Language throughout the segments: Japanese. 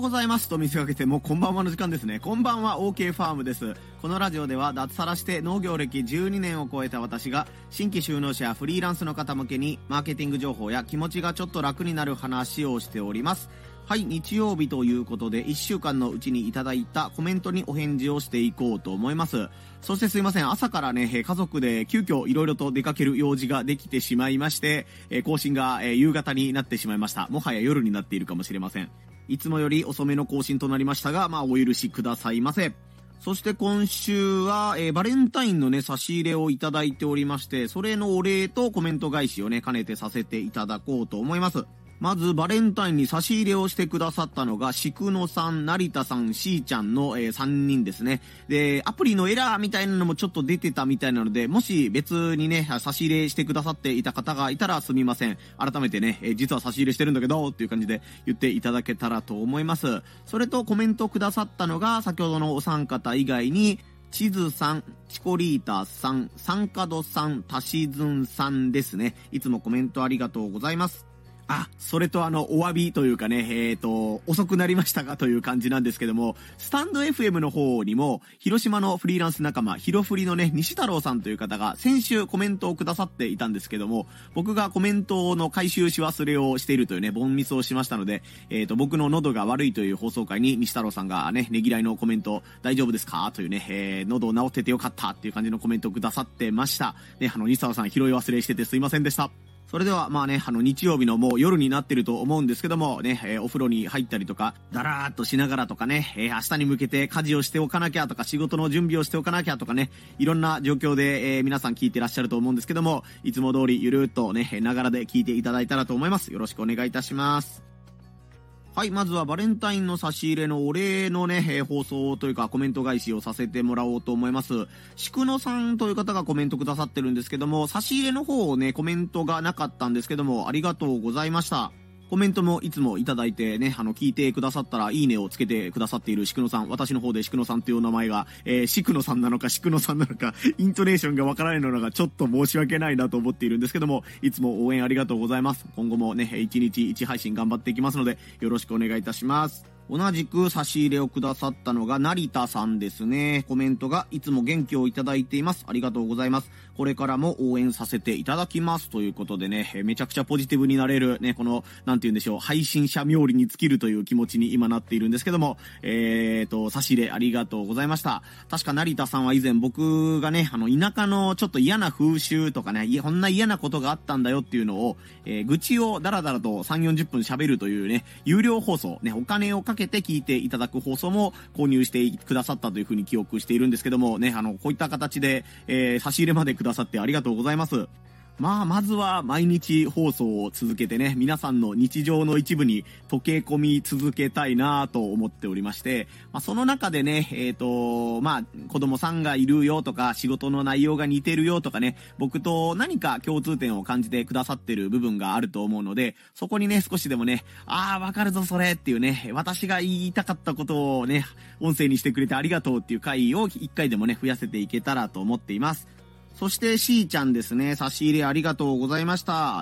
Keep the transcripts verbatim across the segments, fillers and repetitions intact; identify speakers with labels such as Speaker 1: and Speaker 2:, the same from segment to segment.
Speaker 1: ございますと見せかけてもうこんばんはの時間ですね。こんばんは OK ファームです。このラジオでは脱サラして農業歴じゅうにねんを超えた私が新規就農者やフリーランスの方向けにマーケティング情報や気持ちがちょっと楽になる話をしております。はい、日曜日ということでいっしゅうかんのうちにいただいたコメントにお返事をしていこうと思います。そしてすいません、朝からね、家族で急遽いろいろと出かける用事ができてしまいまして、更新が夕方になってしまいました。もはや夜になっているかもしれません。いつもより遅めの更新となりましたが、まあお許しくださいませ。そして今週は、えー、バレンタインのね、差し入れをいただいておりまして、それのお礼とコメント返しをね、兼ねてさせていただこうと思います。まずバレンタインに差し入れをしてくださったのがシクノさん、成田さん、しーちゃんの、えー、さんにんですね。で、アプリのエラーみたいなのもちょっと出てたみたいなので、もし別にね、差し入れしてくださっていた方がいたらすみません。改めてね、えー、実は差し入れしてるんだけどっていう感じで言っていただけたらと思います。それとコメントくださったのが先ほどのお三方以外に、地図さん、チコリータさん、サンカドさん、タシズンさんですね。いつもコメントありがとうございます。あ、それとあの、お詫びというかね、えっと、遅くなりましたがという感じなんですけども、スタンド エフエム の方にも、広島のフリーランス仲間、ヒロフリのね、西太郎さんという方が先週コメントをくださっていたんですけども、僕がコメントの回収し忘れをしているというね、ボンミスをしましたので、えっと、僕の喉が悪いという放送回に西太郎さんがね、ねぎらいのコメント、大丈夫ですかというね、えー、喉を治っててよかったっていう感じのコメントをくださってました。ね、あの、西太郎さん拾い忘れしててすいませんでした。それではまあね、あの日曜日のもう夜になってると思うんですけどもね、えー、お風呂に入ったりとか、だらーっとしながらとかね、えー、明日に向けて家事をしておかなきゃとか、仕事の準備をしておかなきゃとかね、いろんな状況で、えー、皆さん聞いてらっしゃると思うんですけども、いつも通りゆるーっとね、ながらで聞いていただいたらと思います。よろしくお願いいたします。はい、まずはバレンタインの差し入れのお礼のね、えー、放送というかコメント返しをさせてもらおうと思います。しくのさんという方がコメントくださってるんですけども、差し入れの方をね、コメントがなかったんですけども、ありがとうございました。コメントもいつもいただいてね、あの、聞いてくださったらいいねをつけてくださっているしくのさん、私の方でしくのさんというお名前が、えー、しくのさんなのかしくのさんなのか、イントネーションがわからないのがちょっと申し訳ないなと思っているんですけども、いつも応援ありがとうございます。今後もね、一日一配信頑張っていきますので、よろしくお願いいたします。同じく差し入れをくださったのが成田さんですね。コメントがいつも元気をいただいています。ありがとうございます。これからも応援させていただきますということでね、めちゃくちゃポジティブになれるね、このなんて言うんでしょう、配信者冥利に尽きるという気持ちに今なっているんですけども、えーと差し入れありがとうございました。確か成田さんは以前僕がね、あの田舎のちょっと嫌な風習とかね、こんな嫌なことがあったんだよっていうのを、えー、愚痴をダラダラとさんじゅうよんじゅっぷん喋るというね、有料放送ね、お金をかけて聞いていただく放送も購入してくださったというふうに記憶しているんですけどもね、あのこういった形で、えー、差し入れまでくださってありがとうございます。まあ、まずは毎日放送を続けてね、皆さんの日常の一部に溶け込み続けたいなと思っておりまして、まあ、その中でね、えっと、まあ、子供さんがいるよとか、仕事の内容が似てるよとかね、僕と何か共通点を感じてくださってる部分があると思うので、そこにね、少しでもね、ああ、わかるぞそれっていうね、私が言いたかったことをね、音声にしてくれてありがとうっていう回を一回でもね、増やせていけたらと思っています。そして、しーちゃんですね。差し入れありがとうございました。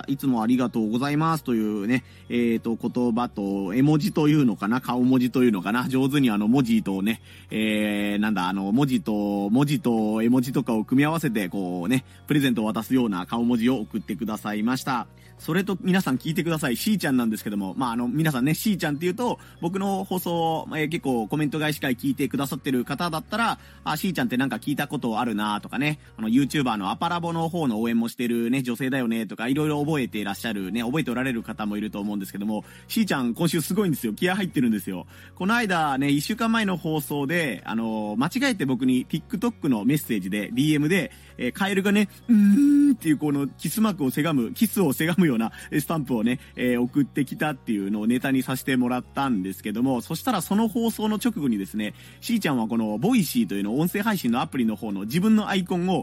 Speaker 1: いつもありがとうございますというね、えっと、言葉と、絵文字というのかな、顔文字というのかな、上手にあの、文字とね、えー、なんだ、あの、文字と、文字と絵文字とかを組み合わせて、こうね、プレゼントを渡すような顔文字を送ってくださいました。それと皆さん聞いてください。しーちゃんなんですけども、まあ、あの、皆さんね、しーちゃんっていうと、僕の放送、えー、結構コメント返し会聞いてくださってる方だったら、あ、しーちゃんってなんか聞いたことあるなとかね、あの、YouTubeあのアパラボの方の応援もしてるね女性だよねとかいろいろ覚えていらっしゃるね覚えておられる方もいると思うんですけども、しーちゃん今週すごいんですよ。気合入ってるんですよ。この間ねいっしゅうかんまえの放送であの間違えて僕に TikTok のメッセージで ディーエム で、えー、カエルがねうーんっていうこのキスマークをせがむキスをせがむようなスタンプをね、えー、送ってきたっていうのをネタにさせてもらったんですけども、そしたらその放送の直後にですねしーちゃんはこのボイシーというの音声配信のアプリの方の自分のアイコンをその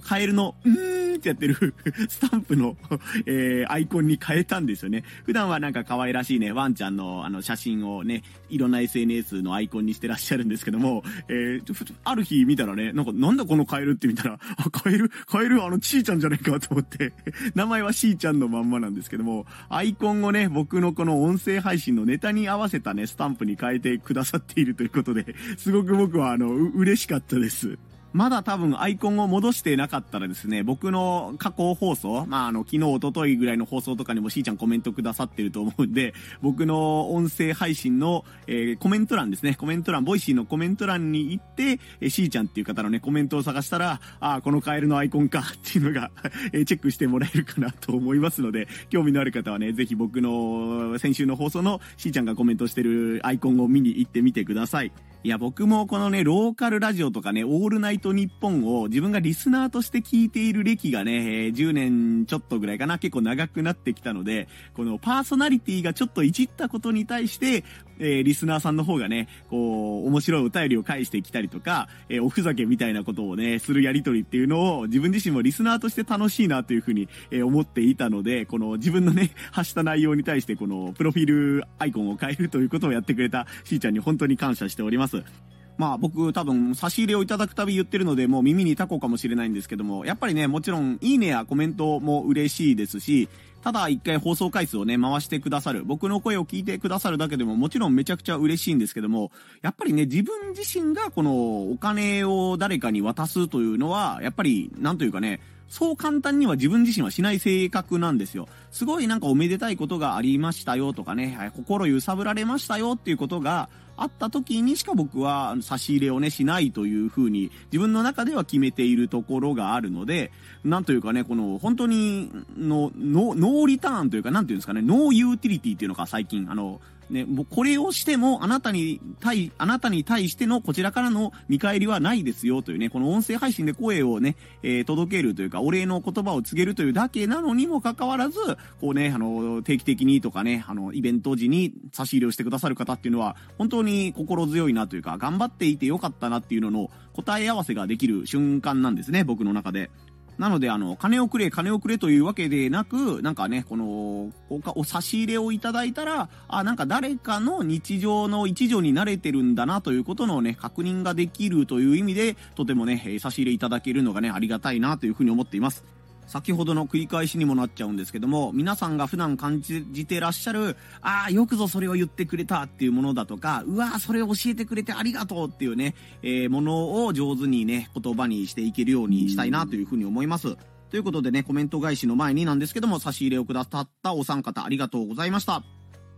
Speaker 1: カエルの、うーんってやってるスタンプの、えー、アイコンに変えたんですよね。普段はなんか可愛らしいね、ワンちゃんのあの写真をね、いろんな エスエヌエス のアイコンにしてらっしゃるんですけども、えー、ある日見たらね、なんかなんだこのカエルって見たら、あ、カエル、カエルあのちーちゃんじゃないかと思って、名前はしーちゃんのまんまなんですけども、アイコンをね、僕のこの音声配信のネタに合わせたね、スタンプに変えてくださっているということで、すごく僕はあの、う、嬉しかったです。まだ多分アイコンを戻してなかったらですね、僕の過去放送、まあ、あの、昨日、一昨日ぐらいの放送とかにもしーちゃんコメントくださってると思うんで、僕の音声配信の、えー、コメント欄ですね、コメント欄、ボイシーのコメント欄に行って、えー、しーちゃんっていう方のね、コメントを探したら、ああ、このカエルのアイコンかっていうのが、えー、チェックしてもらえるかなと思いますので、興味のある方はね、ぜひ僕の先週の放送のしーちゃんがコメントしてるアイコンを見に行ってみてください。いや、僕もこのね、ローカルラジオとかね、オールナイトニッポンを自分がリスナーとして聞いている歴がね、えー、じゅうねんちょっとぐらいかな、結構長くなってきたので、このパーソナリティがちょっといじったことに対して、えー、リスナーさんの方がね、こう、面白いお便りを返してきたりとか、えー、おふざけみたいなことをね、するやりとりっていうのを自分自身もリスナーとして楽しいなというふうに、えー、思っていたので、この自分のね、発した内容に対してこのプロフィールアイコンを変えるということをやってくれたしーちゃんに本当に感謝しております。まあ僕多分差し入れをいただくたび言ってるのでもう耳にタコかもしれないんですけども、やっぱりね、もちろんいいねやコメントも嬉しいですし、ただ一回放送回数をね、回してくださる、僕の声を聞いてくださるだけでももちろんめちゃくちゃ嬉しいんですけども、やっぱりね、自分自身がこのお金を誰かに渡すというのは、やっぱりなんというかね、そう簡単には自分自身はしない性格なんですよ。すごいなんかおめでたいことがありましたよとかね、心揺さぶられましたよっていうことがあった時にしか僕は差し入れをねしないという風に自分の中では決めているところがあるので、なんというかね、この本当にのノーリターンというか、なんていうんですかね、ノーユーティリティっていうのか、最近あのね、もうこれをしてもあなたに対、あなたに対してのこちらからの見返りはないですよというね、この音声配信で声をね、えー、届けるというか、お礼の言葉を告げるというだけなのにもかかわらず、こうね、あの、定期的にとかね、あの、イベント時に差し入れをしてくださる方っていうのは、本当に心強いなというか、頑張っていてよかったなっていうのの答え合わせができる瞬間なんですね、僕の中で。なので、あの、金をくれ、金をくれというわけでなく、なんかね、この、お差し入れをいただいたら、あ、なんか誰かの日常の一助に慣れてるんだなということのね、確認ができるという意味で、とてもね、差し入れいただけるのがね、ありがたいなというふうに思っています。先ほどの繰り返しにもなっちゃうんですけども、皆さんが普段感じてらっしゃる、ああ、よくぞそれを言ってくれたっていうものだとか、うわー、それを教えてくれてありがとうっていうね、えー、ものを上手にね、言葉にしていけるようにしたいなというふうに思います。ということでね、コメント返しの前になんですけども、差し入れをくださったお三方ありがとうございました。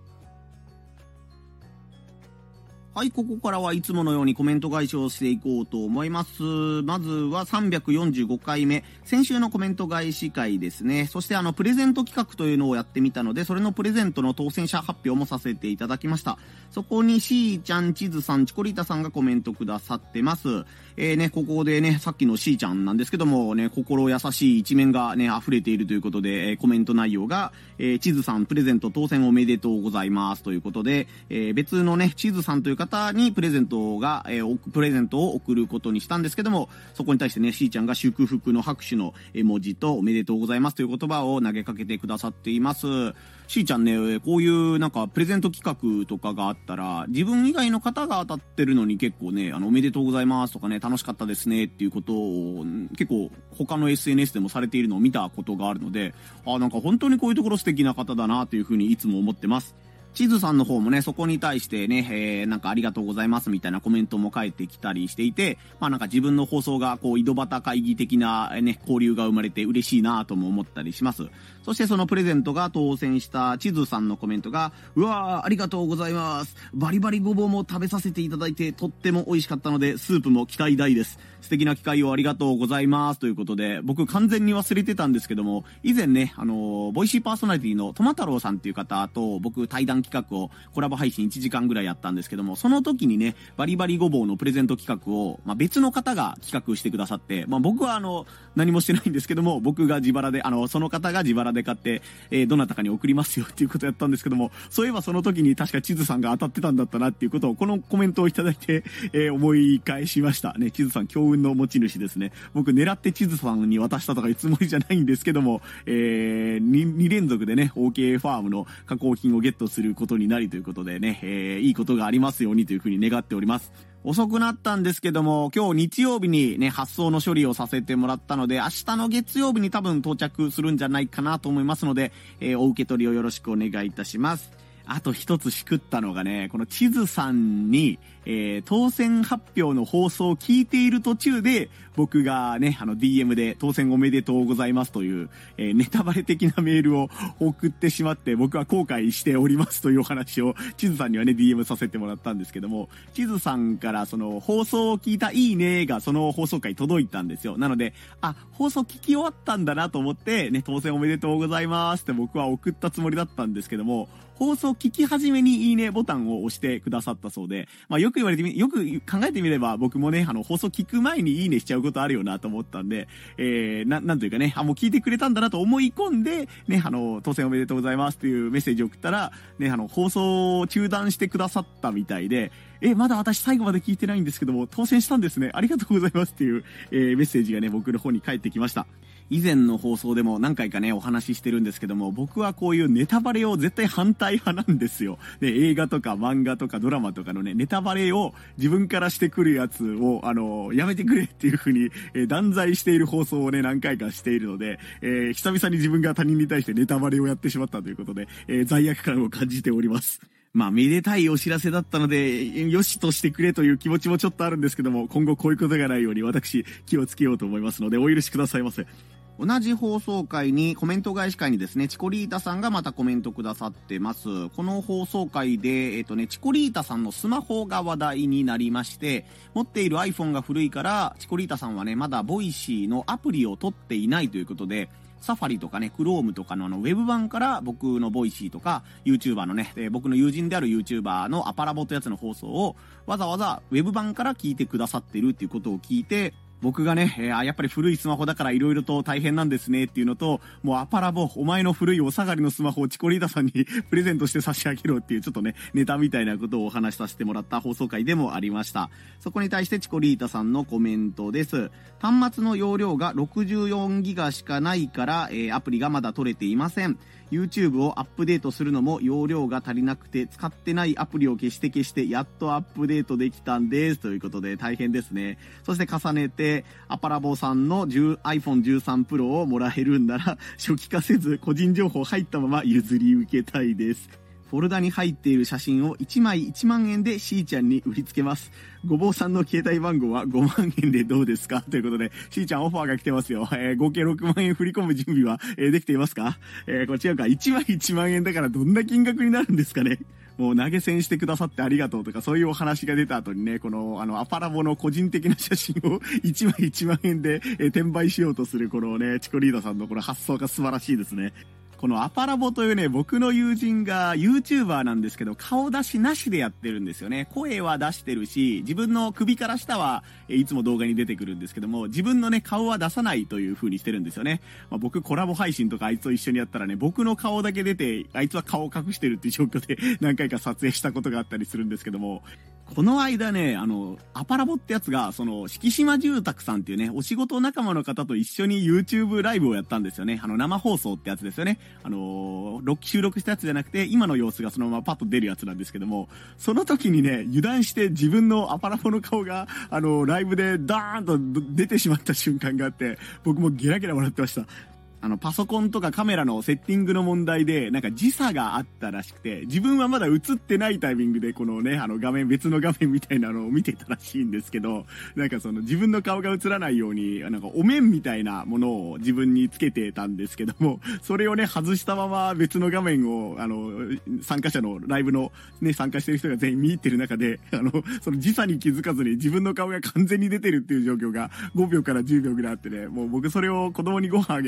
Speaker 1: はい、ここからはいつものようにコメント返しをしていこうと思います。まずはさんびゃくよんじゅうごかいめ、先週のコメント返し会ですね。そしてあの、プレゼント企画というのをやってみたので、それのプレゼントの当選者発表もさせていただきました。そこにしーちゃん、ちずさん、チコリータさんがコメントくださってます。えーね、ここでね、さっきのしーちゃんなんですけどもね、心優しい一面がね、溢れているということで、えー、コメント内容が、えー、ちずさん、プレゼント当選おめでとうございますということで、えー、別のね、ちずさんという方にプレゼントが、えー、プレゼントを送ることにしたんですけども、そこに対してね、しーちゃんが祝福の拍手の絵文字とおめでとうございますという言葉を投げかけてくださっています。しーちゃんね、こういうなんかプレゼント企画とかがあったら、自分以外の方が当たってるのに結構ね、あの、おめでとうございますとかね、楽しかったですねっていうことを結構他の エスエヌエス でもされているのを見たことがあるので、あ、なんか本当にこういうところ素敵な方だなというふうにいつも思ってます。地図さんの方もね、そこに対してね、えー、なんかありがとうございますみたいなコメントも返ってきたりしていて、まあなんか自分の放送がこう井戸端会議的なね、交流が生まれて嬉しいなとも思ったりします。そしてそのプレゼントが当選した地図さんのコメントが、うわー、ありがとうございます。バリバリごぼうも食べさせていただいてとっても美味しかったので、スープも期待大です。素敵な機会をありがとうございますということで、僕完全に忘れてたんですけども、以前ね、あのー、ボイシーパーソナリティのトマ太郎さんっていう方と僕対談談企画をコラボ配信いちじかんぐらいやったんですけども、その時にね、バリバリごぼうのプレゼント企画を、まあ、別の方が企画してくださって、まあ、僕はあの、何もしてないんですけども、僕が自腹で、あの、その方が自腹で買って、えー、どなたかに送りますよっていうことをやったんですけども、そういえばその時に確か地図さんが当たってたんだったなっていうことを、このコメントをいただいて、えー、思い返しました。ね、地図さん強運の持ち主ですね。僕狙って地図さんに渡したとかいうつもりじゃないんですけども、えー、2, 2連続でね、オーケー ファームの加工品をゲットすることになりということでね、えー、いいことがありますようにというふうに願っております。遅くなったんですけども、今日日曜日にね、発送の処理をさせてもらったので、明日の月曜日に多分到着するんじゃないかなと思いますので、えー、お受け取りをよろしくお願いいたします。あと一つしくったのがね、この地図さんに、えー、当選発表の放送を聞いている途中で、僕がね、あの ディーエム で当選おめでとうございますという、えー、ネタバレ的なメールを送ってしまって、僕は後悔しておりますというお話を、地図さんにはね、ディーエム させてもらったんですけども、地図さんからその放送を聞いたいいねがその放送回届いたんですよ。なので、あ、放送聞き終わったんだなと思って、ね、当選おめでとうございますって僕は送ったつもりだったんですけども、放送聞き始めにいいねボタンを押してくださったそうで、まあよく言われてみ、よく考えてみれば僕もね、あの放送聞く前にいいねしちゃうことあるよなと思ったんで、えー、な、なんというかね、あ、もう聞いてくれたんだなと思い込んで、ね、あの、当選おめでとうございますっていうメッセージを送ったら、ね、あの、放送を中断してくださったみたいで、え、まだ私最後まで聞いてないんですけども、当選したんですね。ありがとうございますっていう、えー、メッセージがね、僕の方に返ってきました。以前の放送でも何回かね、お話ししてるんですけども、僕はこういうネタバレを絶対反対派なんですよ。で、映画とか漫画とかドラマとかのね、ネタバレを自分からしてくるやつを、あの、やめてくれっていう風に、えー、断罪している放送をね、何回かしているので、えー、久々に自分が他人に対してネタバレをやってしまったということで、えー、罪悪感を感じております。まあ、めでたいお知らせだったので、よしとしてくれという気持ちもちょっとあるんですけども、今後こういうことがないように私、気をつけようと思いますので、お許しくださいませ。同じ放送回に、コメント返し会にですね、チコリータさんがまたコメントくださってます。この放送回で、えっとね、チコリータさんのスマホが話題になりまして、持っている iPhone が古いから、チコリータさんはね、まだボイシーのアプリを取っていないということで、サファリとかね、クロームとかのあの、ウェブ版から僕のボイシーとか、YouTuber のね、えー、僕の友人である YouTuber のアパラボってやつの放送を、わざわざウェブ版から聞いてくださってるっていうことを聞いて、僕がね、えー、やっぱり古いスマホだから色々と大変なんですねっていうのと、もうアパラボ、お前の古いお下がりのスマホをチコリータさんにプレゼントして差し上げろっていうちょっとね、ネタみたいなことをお話しさせてもらった放送回でもありました。そこに対してチコリータさんのコメントです。端末の容量が ろくじゅうよんギガ しかないから、えー、アプリがまだ取れていません。YouTube をアップデートするのも容量が足りなくて使ってないアプリを消して消してやっとアップデートできたんですということで大変ですね。そして重ねてアパラボさんの アイフォンじゅうさん Pro をもらえるんなら初期化せず個人情報入ったまま譲り受けたいです。フォルダに入っている写真をいちまいいちまんえんでしーちゃんに売りつけます。ごぼうさんの携帯番号はごまんえんでどうですかということで、しーちゃんオファーが来てますよ。えー、合計ろくまんえん振り込む準備は、えー、できていますか？えー、こっちはか、いちまいいちまんえんだからどんな金額になるんですかね？もう投げ銭してくださってありがとうとかそういうお話が出た後にね、このあのアパラボの個人的な写真をいちまいいちまんえんで、えー、転売しようとするこのね、チコリーダさんのこの発想が素晴らしいですね。このアパラボというね、僕の友人が YouTuber なんですけど、顔出しなしでやってるんですよね。声は出してるし、自分の首から下はいつも動画に出てくるんですけども、自分のね、顔は出さないという風にしてるんですよね。まあ、僕コラボ配信とかあいつと一緒にやったらね、僕の顔だけ出て、あいつは顔を隠してるっていう状況で何回か撮影したことがあったりするんですけども、この間ね、あの、アパラボってやつが、その、敷島住宅さんっていうね、お仕事仲間の方と一緒に YouTube ライブをやったんですよね。あの、生放送ってやつですよね。あのー、収録したやつじゃなくて、今の様子がそのままパッと出るやつなんですけども、その時にね、油断して自分のアパラボの顔が、あのー、ライブでダーンと出てしまった瞬間があって、僕もゲラゲラ笑ってました。あの、パソコンとかカメラのセッティングの問題で、なんか時差があったらしくて、自分はまだ映ってないタイミングで、このね、あの画面、別の画面みたいなのを見てたらしいんですけど、なんかその自分の顔が映らないように、なんかお面みたいなものを自分につけてたんですけども、それをね、外したまま別の画面を、あの、参加者のライブのね、参加してる人が全員見入ってる中で、あの、その時差に気づかずに自分の顔が完全に出てるっていう状況がごびょうからじゅうびょうぐらいあってね、もう僕それを子供にご飯あげながら見て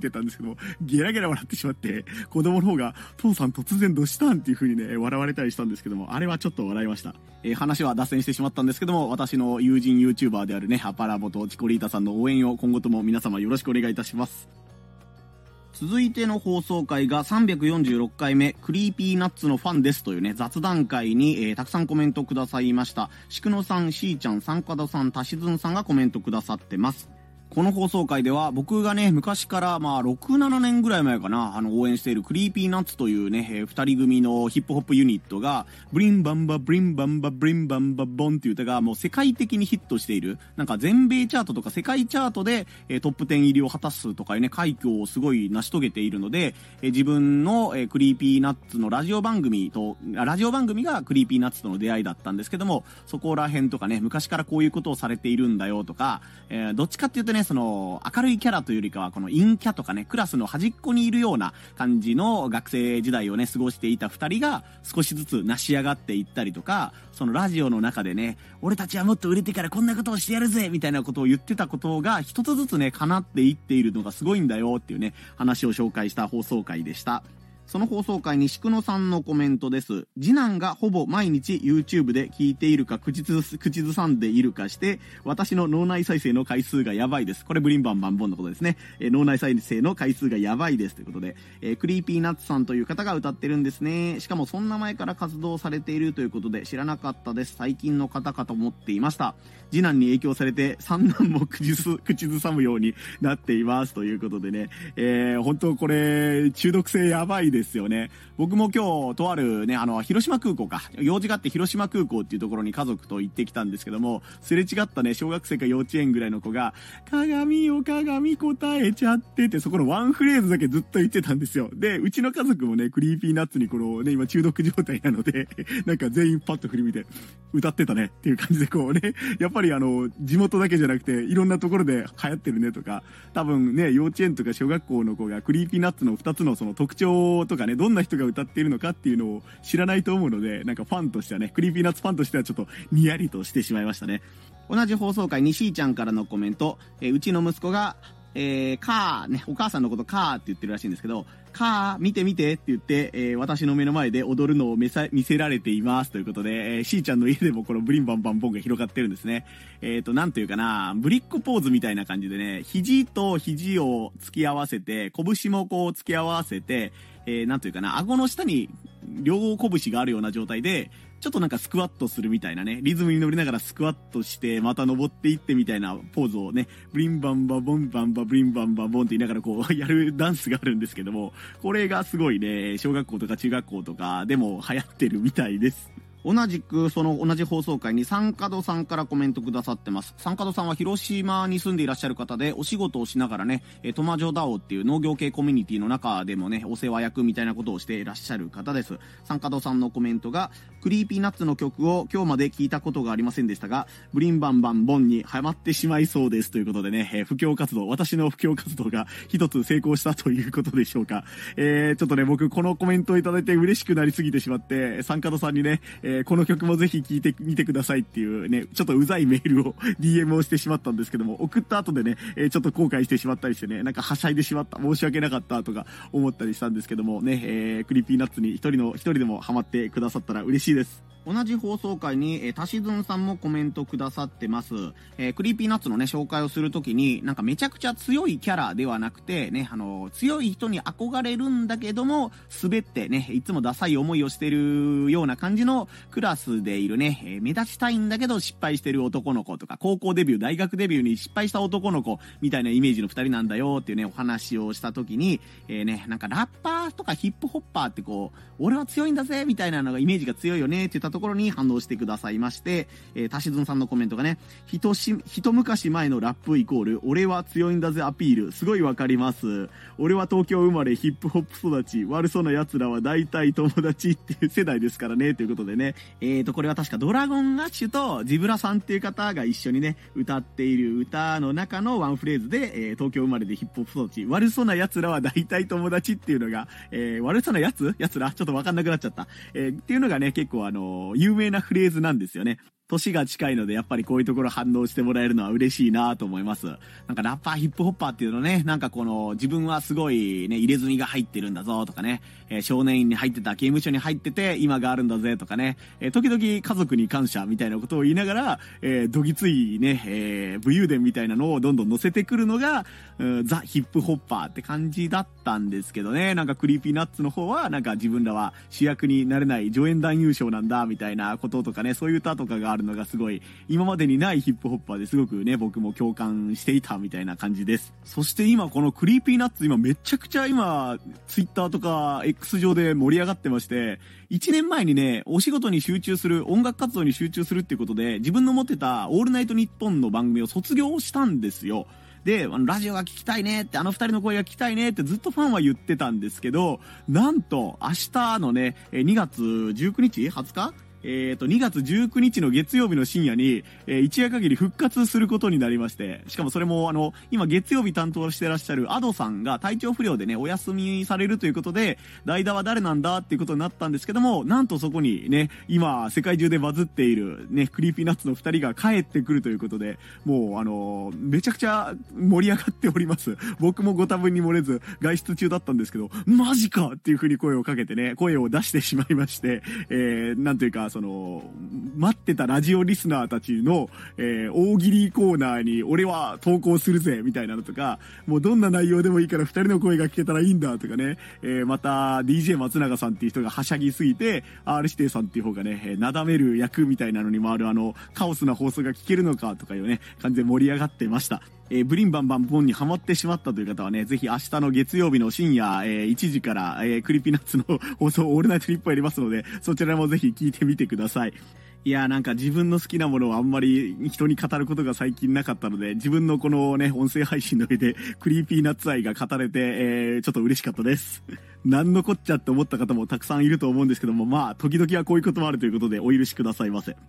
Speaker 1: てたんですけども、ゲラゲラ笑ってしまって、子供の方が、父さん突然どうしたんっていう風にね、笑われたりしたんですけども、あれはちょっと笑いました。えー、話は脱線してしまったんですけども、私の友人 YouTuber であるね、アパラボとチコリータさんの応援を今後とも皆様よろしくお願いいたします。続いての放送回がさんびゃくよんじゅうろっかいめ、クリーピーナッツのファンですというね、雑談会に、えー、たくさんコメントくださいました。しくのさん、しーちゃん、さんかどさん、たしずんさんがコメントくださってます。この放送回では僕がね、昔からまあろく、ななねんぐらい前かな、あの応援しているクリーピーナッツというね、えー、二人組のヒップホップユニットが、ブリンバンバブリンバンバブリンバンバボンっていう歌がもう世界的にヒットしている。なんか全米チャートとか世界チャートで、えー、トップじゅう入りを果たすとかいうね、快挙をすごい成し遂げているので、えー、自分の、えー、クリーピーナッツのラジオ番組と、ラジオ番組がクリーピーナッツとの出会いだったんですけども、そこら辺とかね、昔からこういうことをされているんだよとか、えー、どっちかっていうとね、その、明るいキャラというよりかは、この陰キャとかね、クラスの端っこにいるような感じの学生時代をね、過ごしていた二人が少しずつ成し上がっていったりとか、そのラジオの中でね、俺たちはもっと売れてからこんなことをしてやるぜみたいなことを言ってたことが一つずつね、叶っていっているのがすごいんだよっていうね、話を紹介した放送回でした。その放送回にしくのさんのコメントです。次男がほぼ毎日 YouTube で聞いているか口ず、口ずさんでいるかして、私の脳内再生の回数がやばいです。これブリンバンバンボンのことですね。えー、脳内再生の回数がやばいですということで、えー、クリーピーナッツさんという方が歌ってるんですね。しかもそんな前から活動されているということで知らなかったです。最近の方かと思っていました。次男に影響されて三男も口ず、口ずさむようになっていますということでね、えー、本当これ中毒性やばいですよね。僕も今日とあるね、あの広島空港か用事があって広島空港っていうところに家族と行ってきたんですけども、すれ違ったね小学生か幼稚園ぐらいの子が鏡よ鏡答えちゃってってそこのワンフレーズだけずっと言ってたんですよ。でうちの家族もねクリーピーナッツにこのね今中毒状態なのでなんか全員パッと振り見て歌ってたねっていう感じでこうね、やっぱりあの地元だけじゃなくていろんなところで流行ってるねとか、多分ね幼稚園とか小学校の子がクリーピーナッツのふたつのその特徴とかね、どんな人が歌っているのかっていうのを知らないと思うので、なんかファンとしてはね、クリーピーナッツファンとしてはちょっとニヤリとしてしまいましたね。同じ放送回にしーちゃんからのコメント、えー、うちの息子がえー、カーね、お母さんのことカーって言ってるらしいんですけど、カー見て見てって言って、えー、私の目の前で踊るのを見せ、見せられていますということで、えー、しーちゃんの家でもこのブリンバンバンボンが広がってるんですね。えーと、なんというかな、ぶりっ子ポーズみたいな感じでね、肘と肘を突き合わせて、拳もこう突き合わせて、えー、なんというかな、顎の下に両拳があるような状態で、ちょっとなんかスクワットするみたいなね、リズムに乗りながらスクワットしてまた登っていってみたいなポーズをね、ブリンバンバボンバンバブリンバンバボンって言いながらこうやるダンスがあるんですけども、これがすごいね、小学校とか中学校とかでも流行ってるみたいです。同じくその同じ放送回に三角さんからコメントくださってます。三角さんは広島に住んでいらっしゃる方で、お仕事をしながらね、トマジョダオっていう農業系コミュニティの中でもね、お世話役みたいなことをしていらっしゃる方です。三角さんのコメントが、クリーピーナッツの曲を今日まで聞いたことがありませんでしたが、ブリンバンバンボンにハマってしまいそうですということでね、えー、布教活動、私の布教活動が一つ成功したということでしょうか。えー、ちょっとね、僕このコメントをいただいて嬉しくなりすぎてしまって、三角さんにね、えー、この曲もぜひ聞いてみてくださいっていうね、ちょっとうざいメールを ディーエム をしてしまったんですけども、送った後でね、えー、ちょっと後悔してしまったりしてね、なんかはしゃいでしまった、申し訳なかったとか思ったりしたんですけどもね、えー、クリーピーナッツに一人の一人でもハマってくださったら嬉しいです。同じ放送回に、えー、たしずんさんもコメントくださってます。えー、クリーピーナッツのね、紹介をするときに、なんかめちゃくちゃ強いキャラではなくて、ね、あのー、強い人に憧れるんだけども、滑ってね、いつもダサい思いをしてるような感じのクラスでいるね、えー、目立ちたいんだけど失敗してる男の子とか、高校デビュー、大学デビューに失敗した男の子みたいなイメージの二人なんだよっていうね、お話をしたときに、えー、ね、なんかラッパーとかヒップホッパーってこう、俺は強いんだぜみたいなのがイメージが強いよねって言ったところに反応してくださいまして、えー、たしずんさんのコメントがね、ひとし、一昔前のラップイコール、俺は強いんだぜアピール、すごいわかります。俺は東京生まれヒップホップ育ち、悪そうな奴らは大体友達っていう世代ですからね、ということでね、えーと、これは確かドラゴンアッシュとジブラさんっていう方が一緒にね、歌っている歌の中のワンフレーズで、えー、東京生まれでヒップホップ育ち、悪そうな奴らは大体友達っていうのが、えー、悪そうな奴奴らちょっとわかんなくなっちゃった。えー、っていうのがね、結構あのー、有名なフレーズなんですよね。 年が近いので、やっぱりこういうところ反応してもらえるのは嬉しいなと思います。なんかラッパー、ヒップホッパーっていうのね、なんかこの自分はすごいね、入れ墨が入ってるんだぞとかね、えー、少年院に入ってた、刑務所に入ってて今があるんだぜとかね、えー、時々家族に感謝みたいなことを言いながら、えー、どぎついね、えー、武勇伝みたいなのをどんどん載せてくるのが、うん、ザ・ヒップホッパーって感じだったんですけどね、なんかクリーピーナッツの方はなんか自分らは主役になれない助演男優賞なんだみたいなこととかね、そういう歌とかがあるのがすごい今までにないヒップホッパーですごくね、僕も共感していたみたいな感じです。そして今このクリーピーナッツ、今めちゃくちゃ今ツイッターとか X 上で盛り上がってまして、いちねんまえにね、お仕事に集中する、音楽活動に集中するっていうことで自分の持ってたオールナイトニッポンの番組を卒業したんですよ。で、あのラジオが聞きたいねって、あの二人の声が聞きたいねってずっとファンは言ってたんですけど、なんと明日のね、にがつじゅうくにち はつかえっと、にがつじゅうくにちの月曜日の深夜に、えー、一夜限り復活することになりまして、しかもそれもあの、今月曜日担当してらっしゃるアドさんが体調不良でね、お休みされるということで、代打は誰なんだっていうことになったんですけども、なんとそこにね、今、世界中でバズっているね、クリーピーナッツの二人が帰ってくるということで、もうあのー、めちゃくちゃ盛り上がっております。僕もご多分に漏れず、外出中だったんですけど、マジかっていう風に声をかけてね、声を出してしまいまして、えー、なんというか、その待ってたラジオリスナーたちの、えー、大喜利コーナーに俺は投稿するぜみたいなのとか、もうどんな内容でもいいからふたりの声が聞けたらいいんだとかね、えー、また ディージェー 松永さんっていう人がはしゃぎすぎて R 指定さんっていう方がね、えー、なだめる役みたいなのに回るあのカオスな放送が聞けるのかとかいうね、完全盛り上がってました。えー、ブリンバンバンボンにハマってしまったという方はね、ぜひ明日の月曜日の深夜、えー、いちじから、えー、クリーピーナッツの放送オールナイトニッポンやりますので、そちらもぜひ聞いてみてください。いやーなんか自分の好きなものをあんまり人に語ることが最近なかったので、自分のこのね、音声配信の上でクリーピーナッツ愛が語れて、えー、ちょっと嬉しかったです。なんのこっちゃって思った方もたくさんいると思うんですけども、まあ、時々はこういうこともあるということでお許しくださいませ。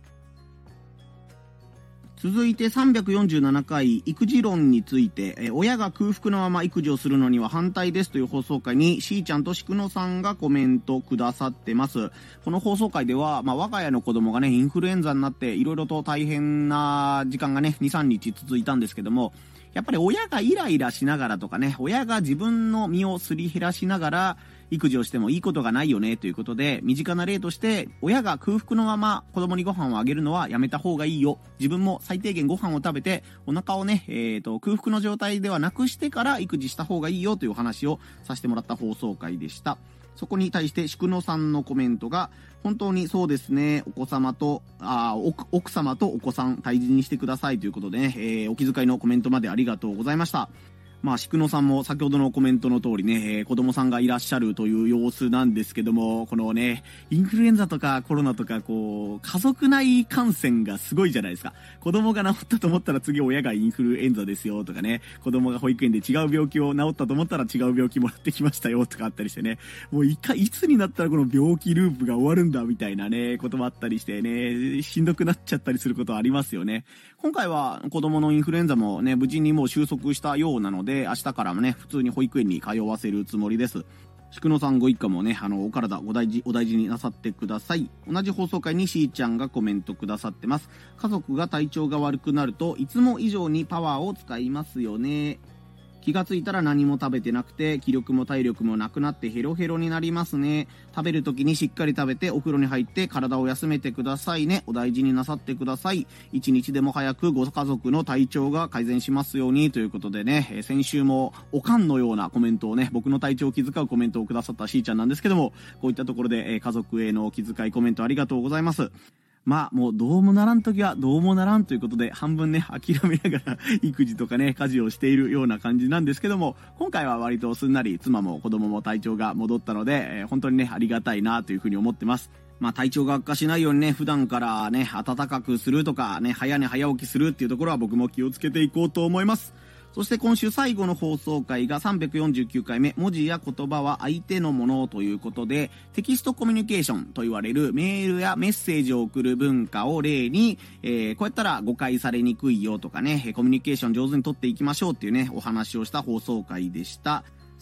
Speaker 1: 続いてさんびゃくよんじゅうななかい育児論について、え親が空腹のまま育児をするのには反対ですという放送回にしーちゃんとしくのさんがコメントくださってます。この放送回では、まあ、我が家の子供がねインフルエンザになっていろいろと大変な時間がね にさんにち続いたんですけども、やっぱり親がイライラしながらとかね、親が自分の身をすり減らしながら育児をしてもいいことがないよねということで、身近な例として親が空腹のまま子供にご飯をあげるのはやめた方がいいよ、自分も最低限ご飯を食べてお腹をね、えーと空腹の状態ではなくしてから育児した方がいいよというお話をさせてもらった放送回でした。そこに対してしくのさんのコメントが、本当にそうですね、お子様とあ奥奥様とお子さん大事にしてくださいということでね、えー、お気遣いのコメントまでありがとうございました。まあ、しくのさんも先ほどのコメントの通りね、えー、子供さんがいらっしゃるという様子なんですけども、このね、インフルエンザとかコロナとか、こう、家族内感染がすごいじゃないですか。子供が治ったと思ったら次親がインフルエンザですよとかね、子供が保育園で違う病気を治ったと思ったら違う病気もらってきましたよとかあったりしてね、もういか、いつになったらこの病気ループが終わるんだみたいなね、こともあったりしてね、しんどくなっちゃったりすることはありますよね。今回は子供のインフルエンザもね、無事にもう収束したようなので、明日からもね、普通に保育園に通わせるつもりです。しくのさんご一家もね、あの、お体ご大事、お大事になさってください。同じ放送回にしーちゃんがコメントくださってます。家族が体調が悪くなるといつも以上にパワーを使いますよね。気がついたら何も食べてなくて気力も体力もなくなってヘロヘロになりますね。食べる時にしっかり食べてお風呂に入って体を休めてくださいね。お大事になさってください。一日でも早くご家族の体調が改善しますようにということでね、先週もおかんのようなコメントをね、僕の体調を気遣うコメントをくださったしーちゃんなんですけども、こういったところで家族への気遣いコメントありがとうございます。まあもうどうもならんときはどうもならんということで、半分ね諦めながら育児とかね家事をしているような感じなんですけども、今回は割とすんなり妻も子供も体調が戻ったので、えー、本当にねありがたいなというふうに思ってます。まあ体調が悪化しないようにね、普段からね暖かくするとかね、早寝早起きするっていうところは僕も気をつけていこうと思います。そして今週最後の放送回がさんびゃくよんじゅうきゅうかいめ、文字や言葉は相手のものということで、テキストコミュニケーションと言われるメールやメッセージを送る文化を例に、えー、こうやったら誤解されにくいよとかね、コミュニケーション上手に取っていきましょうっていうね、お話をした放送回でした。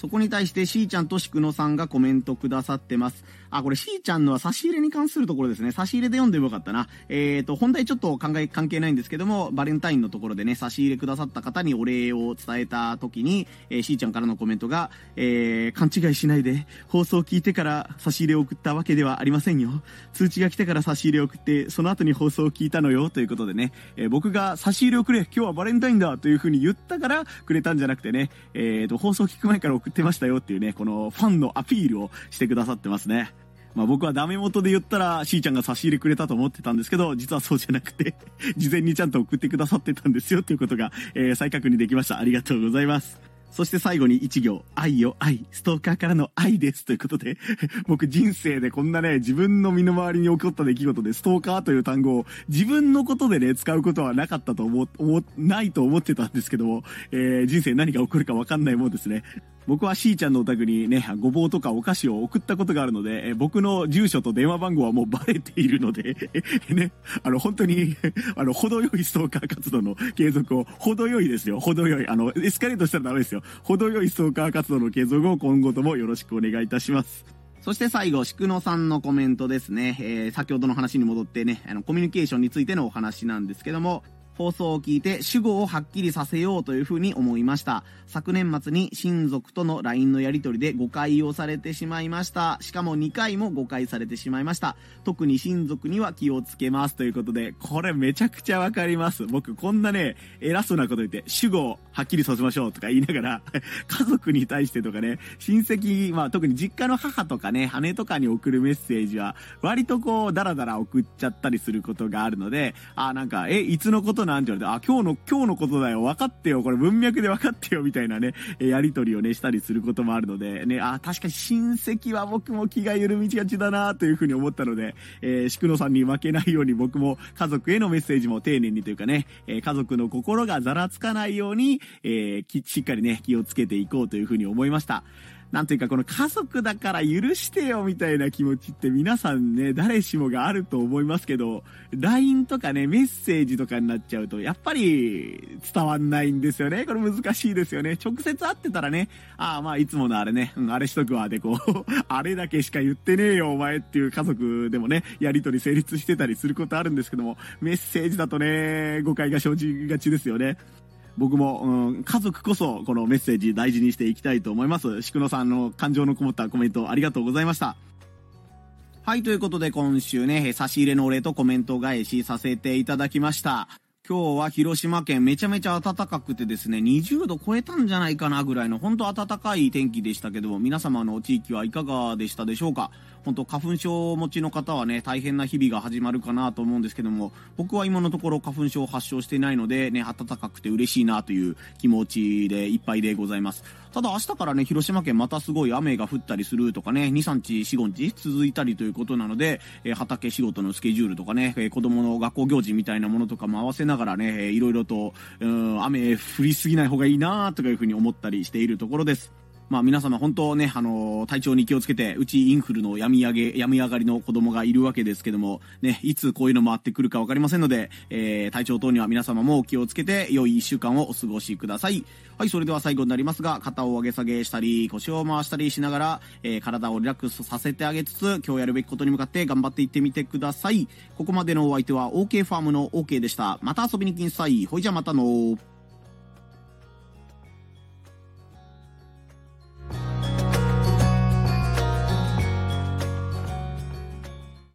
Speaker 1: そこに対してしーちゃんとしくのさんがコメントくださってます。あ、これしーちゃんのは差し入れに関するところですね。差し入れで読んでもよかったな。えーと、本題ちょっと考え、関係ないんですけども、バレンタインのところでね、差し入れくださった方にお礼を伝えた時に、えー、しーちゃんからのコメントが、えー、勘違いしないで、放送を聞いてから差し入れを送ったわけではありませんよ。通知が来てから差し入れを送って、その後に放送を聞いたのよ、ということでね、えー、僕が差し入れをくれ、今日はバレンタインだ、という風に言ったからくれたんじゃなくてね、えーと、放送を聞く前から送ってましたよっていうね、このファンのアピールをしてくださってますね。まあ僕はダメ元で言ったらしーちゃんが差し入れくれたと思ってたんですけど、実はそうじゃなくて事前にちゃんと送ってくださってたんですよっていうことが、えー、再確認できました。ありがとうございます。そして最後に一行、愛よ愛、ストーカーからの愛ですということで僕人生でこんなね、自分の身の回りに起こった出来事でストーカーという単語を自分のことでね、使うことはなかったと思、思、ないと思ってたんですけども、えー、人生何が起こるか分かんないもんですね。僕はしーちゃんのお宅にね、ごぼうとかお菓子を送ったことがあるので、え僕の住所と電話番号はもうバレているのでね、あの本当にあの程よいストーカー活動の継続を、程よいですよ、程よい、あのエスカレートしたらダメですよ、程よいストーカー活動の継続を今後ともよろしくお願いいたします。そして最後、しくのさんのコメントですね。えー、先ほどの話に戻ってね、あのコミュニケーションについてのお話なんですけども、放送を聞いて主語をはっきりさせようというふうに思いました。昨年末に親族との ライン のやり取りで誤解をされてしまいました。しかもにかいも誤解されてしまいました。特に親族には気をつけますということで、これめちゃくちゃわかります。僕こんなね、偉そうなこと言って主語をはっきりさせましょうとか言いながら家族に対してとかね、親戚、まあ特に実家の母とかね、姉とかに送るメッセージは割とこうダラダラ送っちゃったりすることがあるので、あ、なんか、え、いつのことなんて言われて、あ、今日の、今日のことだよ、分かってよ、これ文脈で分かってよ、みたいなね、やりとりをね、したりすることもあるので、ね、あ、確かに親戚は僕も気が緩みがちだな、というふうに思ったので、えー、しくのさんに負けないように僕も家族へのメッセージも丁寧にというかね、えー、家族の心がざらつかないように、えー、しっかりね、気をつけていこうというふうに思いました。なんていうか、この家族だから許してよみたいな気持ちって皆さんね、誰しもがあると思いますけど、ライン とかね、メッセージとかになっちゃうと、やっぱり伝わんないんですよね。これ難しいですよね。直接会ってたらね、ああまあいつものあれね、うん、あれしとくわでこう、あれだけしか言ってねえよお前っていう家族でもね、やりとり成立してたりすることあるんですけども、メッセージだとね、誤解が生じがちですよね。僕も、うん、家族こそこのメッセージ大事にしていきたいと思います。しくのさんの感情のこもったコメントありがとうございました。はい、ということで今週ね、差し入れのお礼とコメント返しさせていただきました。今日は広島県めちゃめちゃ暖かくてですね、にじゅうど超えたんじゃないかなぐらいの本当暖かい天気でしたけども、皆様の地域はいかがでしたでしょうか。本当花粉症をお持ちの方はね、大変な日々が始まるかなと思うんですけども、僕は今のところ花粉症を発症していないのでね、暖かくて嬉しいなという気持ちでいっぱいでございます。ただ明日からね、広島県またすごい雨が降ったりするとかね、に、さんにち、よん、ごにち続いたりということなので、えー、畑仕事のスケジュールとかね、えー、子供の学校行事みたいなものとかも合わせながらね、えー、いろいろと、うん、雨降りすぎない方がいいなとかいうふうに思ったりしているところです。まあ皆様本当ね、あのー、体調に気をつけて、うちインフルの病み上げ、病み上がりの子供がいるわけですけども、ね、いつこういうの回ってくるかわかりませんので、えー、体調等には皆様も気をつけて、良い一週間をお過ごしください。はい、それでは最後になりますが、肩を上げ下げしたり、腰を回したりしながら、えー、体をリラックスさせてあげつつ、今日やるべきことに向かって頑張っていってみてください。ここまでのお相手は OK ファームの OK でした。また遊びに来んさい。ほいじゃまたのー。